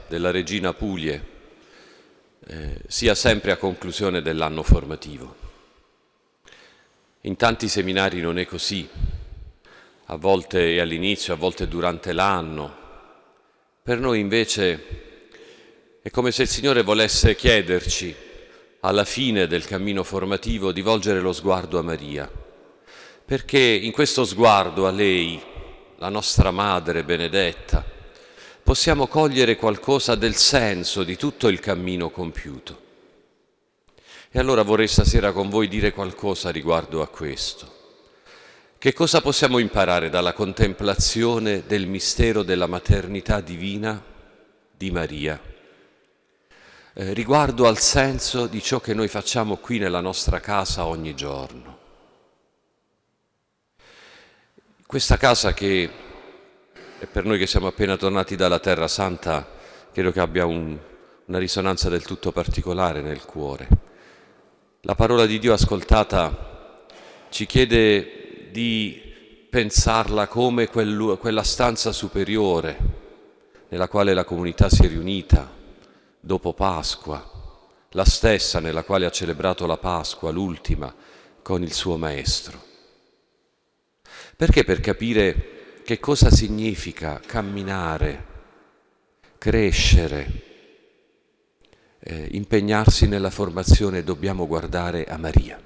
della Regina Pulie sia sempre a conclusione dell'anno formativo. In tanti seminari non è così, a volte è all'inizio, a volte durante l'anno. Per noi invece è come se il Signore volesse chiederci alla fine del cammino formativo di volgere lo sguardo a Maria, perché in questo sguardo a lei, la nostra Madre benedetta, possiamo cogliere qualcosa del senso di tutto il cammino compiuto. E allora vorrei stasera con voi dire qualcosa riguardo a questo. Che cosa possiamo imparare dalla contemplazione del mistero della maternità divina di Maria, riguardo al senso di ciò che noi facciamo qui nella nostra casa ogni giorno? Questa casa che, e per noi che siamo appena tornati dalla Terra Santa, credo che abbia una risonanza del tutto particolare nel cuore. La parola di Dio ascoltata ci chiede di pensarla come quella stanza superiore nella quale la comunità si è riunita dopo Pasqua, la stessa nella quale ha celebrato la Pasqua, l'ultima, con il suo Maestro. Perché? Per capire che cosa significa camminare, crescere, impegnarsi nella formazione, dobbiamo guardare a Maria.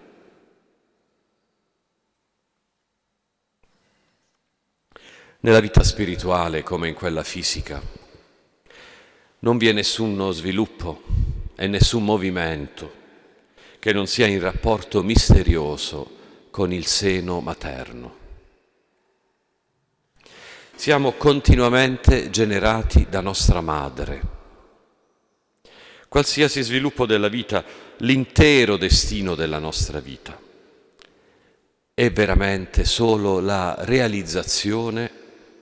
Nella vita spirituale, come in quella fisica, non vi è nessuno sviluppo e nessun movimento che non sia in rapporto misterioso con il seno materno. Siamo continuamente generati da nostra madre. Qualsiasi sviluppo della vita, l'intero destino della nostra vita, è veramente solo la realizzazione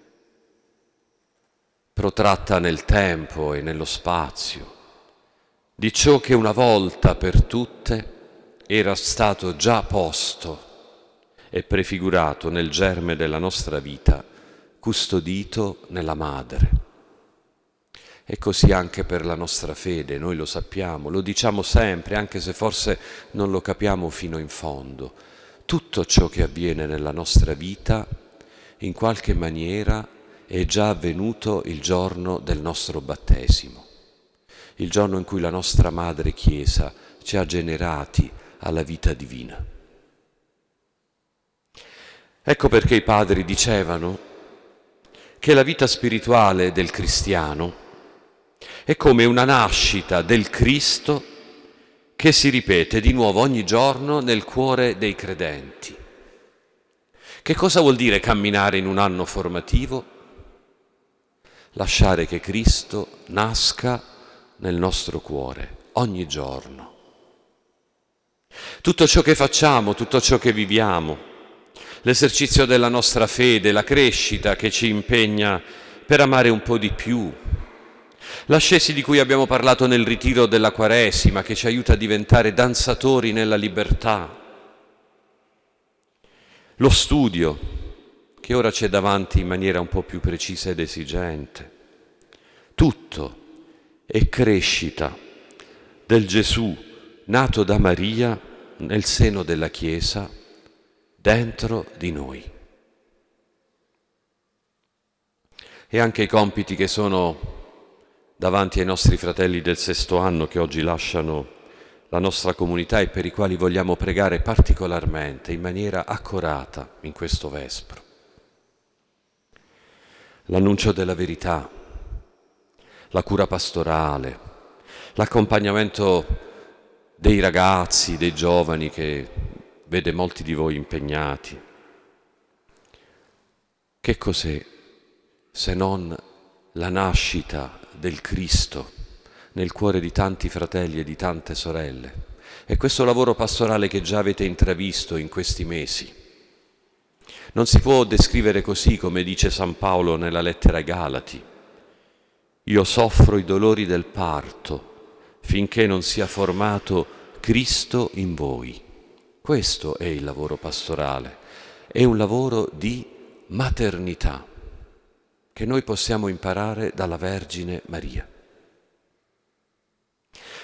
protratta nel tempo e nello spazio di ciò che una volta per tutte era stato già posto e prefigurato nel germe della nostra vita, custodito nella madre. E così anche per la nostra fede, noi lo sappiamo, lo diciamo sempre, anche se forse non lo capiamo fino in fondo. Tutto ciò che avviene nella nostra vita, in qualche maniera, è già avvenuto il giorno del nostro battesimo, il giorno in cui la nostra Madre Chiesa ci ha generati alla vita divina. Ecco perché i padri dicevano che la vita spirituale del cristiano è come una nascita del Cristo che si ripete di nuovo ogni giorno nel cuore dei credenti. Che cosa vuol dire camminare in un anno formativo? Lasciare che Cristo nasca nel nostro cuore ogni giorno. Tutto ciò che facciamo, tutto ciò che viviamo, l'esercizio della nostra fede, la crescita che ci impegna per amare un po' di più, l'ascesi di cui abbiamo parlato nel ritiro della Quaresima, che ci aiuta a diventare danzatori nella libertà, lo studio, che ora c'è davanti in maniera un po' più precisa ed esigente, tutto è crescita del Gesù nato da Maria nel seno della Chiesa, dentro di noi. E anche i compiti che sono davanti ai nostri fratelli del sesto anno che oggi lasciano la nostra comunità e per i quali vogliamo pregare particolarmente, in maniera accorata in questo vespro. L'annuncio della verità, la cura pastorale, l'accompagnamento dei ragazzi, dei giovani che vede molti di voi impegnati. Che cos'è se non la nascita del Cristo nel cuore di tanti fratelli e di tante sorelle? E questo lavoro pastorale che già avete intravisto in questi mesi non si può descrivere così, come dice San Paolo nella lettera ai Galati: io soffro i dolori del parto finché non sia formato Cristo in voi. Questo è il lavoro pastorale, è un lavoro di maternità che noi possiamo imparare dalla Vergine Maria.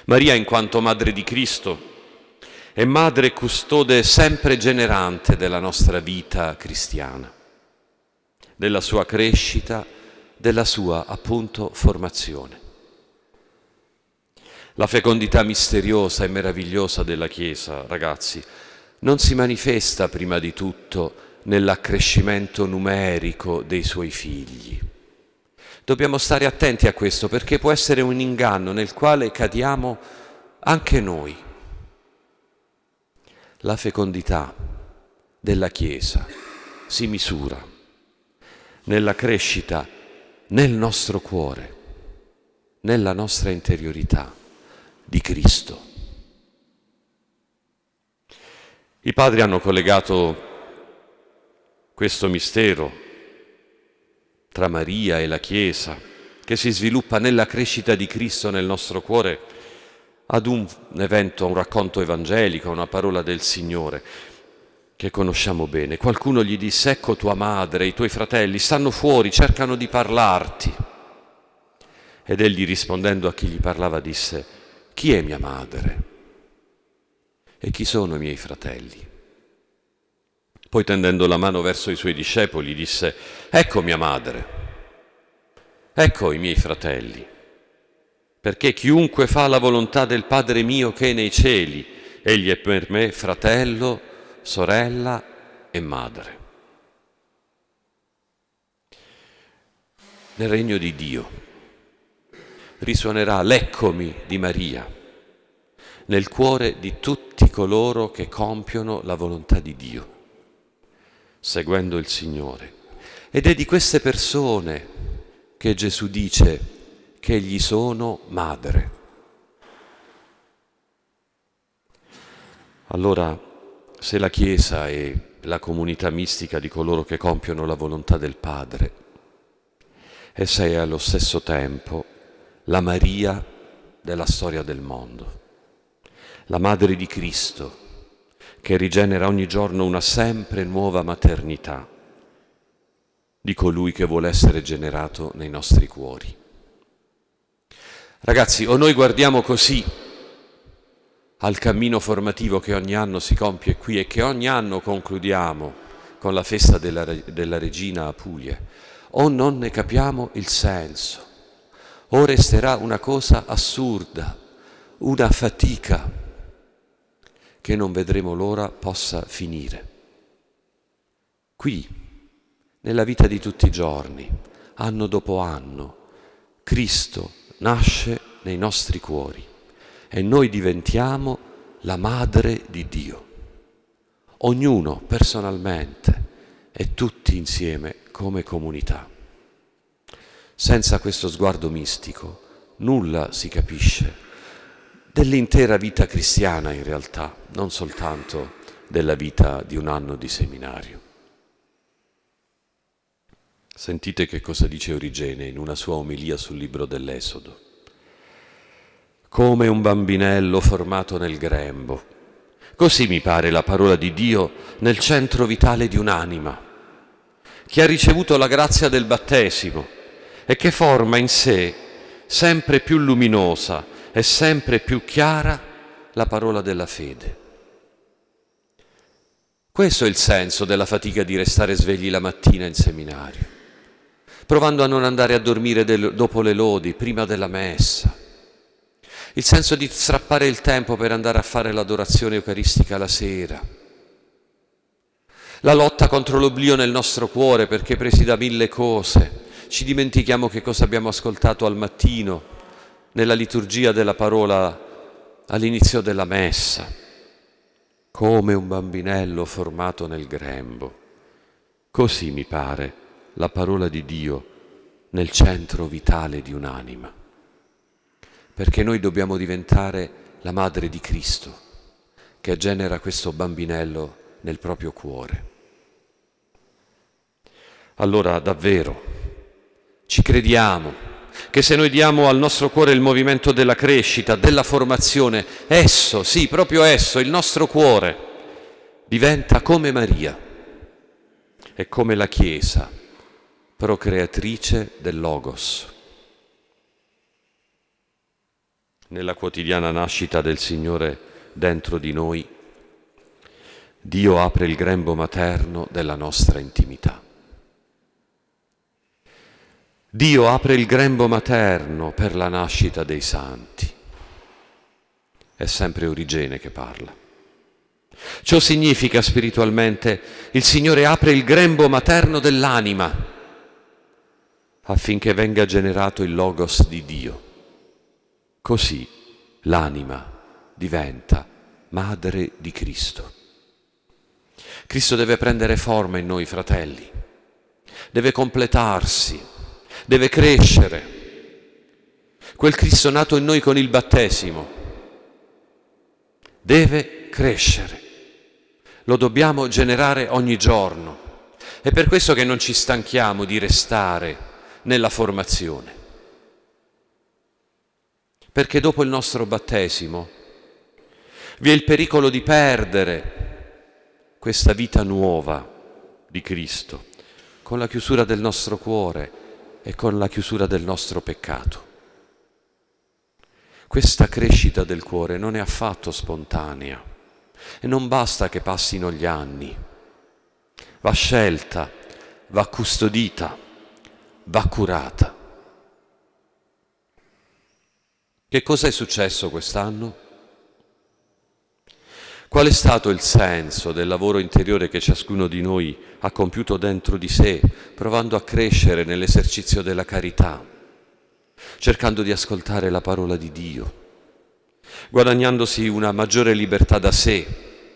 Maria, in quanto Madre di Cristo, è Madre custode sempre generante della nostra vita cristiana, della sua crescita, della sua, appunto, formazione. La fecondità misteriosa e meravigliosa della Chiesa, ragazzi, non si manifesta prima di tutto nell'accrescimento numerico dei suoi figli. Dobbiamo stare attenti a questo, perché può essere un inganno nel quale cadiamo anche noi. La fecondità della Chiesa si misura nella crescita nel nostro cuore, nella nostra interiorità di Cristo. I padri hanno collegato questo mistero tra Maria e la Chiesa, che si sviluppa nella crescita di Cristo nel nostro cuore, ad un evento, a un racconto evangelico, a una parola del Signore che conosciamo bene. Qualcuno gli disse: ecco tua madre, i tuoi fratelli stanno fuori, cercano di parlarti. Ed egli, rispondendo a chi gli parlava, disse: chi è mia madre? E chi sono i miei fratelli? Poi, tendendo la mano verso i suoi discepoli, disse: ecco mia madre, ecco i miei fratelli. Perché chiunque fa la volontà del Padre mio che è nei cieli, egli è per me fratello, sorella e madre. Nel regno di Dio risuonerà l'eccomi di Maria nel cuore di tutti coloro che compiono la volontà di Dio, seguendo il Signore. Ed è di queste persone che Gesù dice che gli sono madre. Allora, se la Chiesa è la comunità mistica di coloro che compiono la volontà del Padre, essa è allo stesso tempo la Maria della storia del mondo, la Madre di Cristo, che rigenera ogni giorno una sempre nuova maternità di colui che vuole essere generato nei nostri cuori. Ragazzi, o noi guardiamo così al cammino formativo che ogni anno si compie qui e che ogni anno concludiamo con la festa della Regina a Puglia, o non ne capiamo il senso, o resterà una cosa assurda, una fatica che non vedremo l'ora possa finire. Qui, nella vita di tutti i giorni, anno dopo anno, Cristo nasce nei nostri cuori e noi diventiamo la Madre di Dio, ognuno personalmente e tutti insieme come comunità. Senza questo sguardo mistico nulla si capisce dell'intera vita cristiana, in realtà, non soltanto della vita di un anno di seminario. Sentite che cosa dice Origene in una sua omelia sul libro dell'Esodo. Come un bambinello formato nel grembo, così mi pare la parola di Dio nel centro vitale di un'anima, che ha ricevuto la grazia del battesimo e che forma in sé, sempre più luminosa e sempre più chiara, la parola della fede. Questo è il senso della fatica di restare svegli la mattina in seminario, provando a non andare a dormire dopo le lodi, prima della messa. Il senso di strappare il tempo per andare a fare l'adorazione eucaristica la sera. La lotta contro l'oblio nel nostro cuore, perché presi da mille cose ci dimentichiamo che cosa abbiamo ascoltato al mattino nella liturgia della parola all'inizio della messa. Come un bambinello formato nel grembo. Così mi pare la parola di Dio nel centro vitale di un'anima. Perché noi dobbiamo diventare la Madre di Cristo, che genera questo bambinello nel proprio cuore. Allora, davvero, ci crediamo che se noi diamo al nostro cuore il movimento della crescita, della formazione, esso, sì, proprio esso, il nostro cuore, diventa come Maria e come la Chiesa, procreatrice del Logos. nella quotidiana nascita del Signore dentro di noi, Dio apre il grembo materno della nostra intimità. Dio apre il grembo materno per la nascita dei santi. È sempre Origene che parla. Ciò significa spiritualmente il Signore apre il grembo materno dell'anima affinché venga generato il Logos di Dio. Così l'anima diventa madre di Cristo. Cristo deve prendere forma in noi, fratelli, deve completarsi, deve crescere. Quel Cristo nato in noi con il battesimo deve crescere. Lo dobbiamo generare ogni giorno. È per questo che non ci stanchiamo di restare nella formazione. Perché dopo il nostro battesimo vi è il pericolo di perdere questa vita nuova di Cristo con la chiusura del nostro cuore e con la chiusura del nostro peccato. Questa crescita del cuore non è affatto spontanea e non basta che passino gli anni. Va scelta, va custodita, va curata. Che cosa è successo quest'anno? Qual è stato il senso del lavoro interiore che ciascuno di noi ha compiuto dentro di sé, provando a crescere nell'esercizio della carità, cercando di ascoltare la parola di Dio, guadagnandosi una maggiore libertà da sé,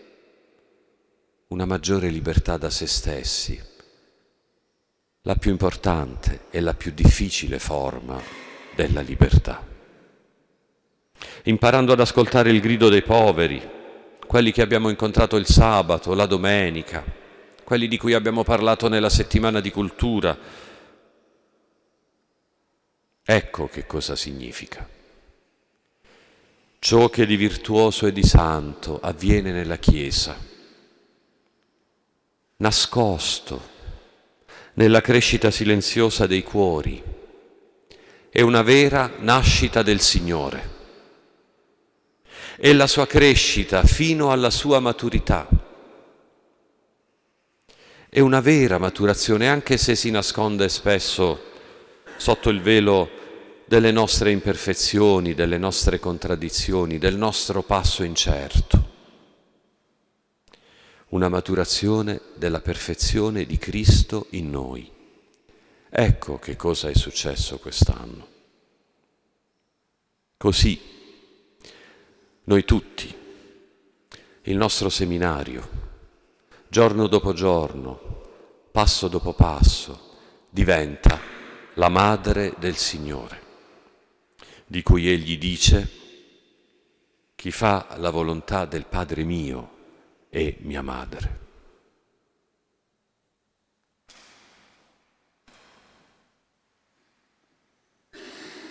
una maggiore libertà da se stessi, la più importante e la più difficile forma della libertà. Imparando ad ascoltare il grido dei poveri, quelli che abbiamo incontrato il sabato, la domenica, quelli di cui abbiamo parlato nella settimana di cultura. Ecco che cosa significa. Ciò che di virtuoso e di santo avviene nella Chiesa, nascosto nella crescita silenziosa dei cuori, è una vera nascita del Signore. È la sua crescita fino alla sua maturità. È una vera maturazione, anche se si nasconde spesso sotto il velo delle nostre imperfezioni, delle nostre contraddizioni, del nostro passo incerto. Una maturazione della perfezione di Cristo in noi. Ecco che cosa è successo quest'anno. Così noi tutti, il nostro seminario, giorno dopo giorno, passo dopo passo, diventa la madre del Signore, di cui Egli dice: chi fa la volontà del Padre mio è mia madre.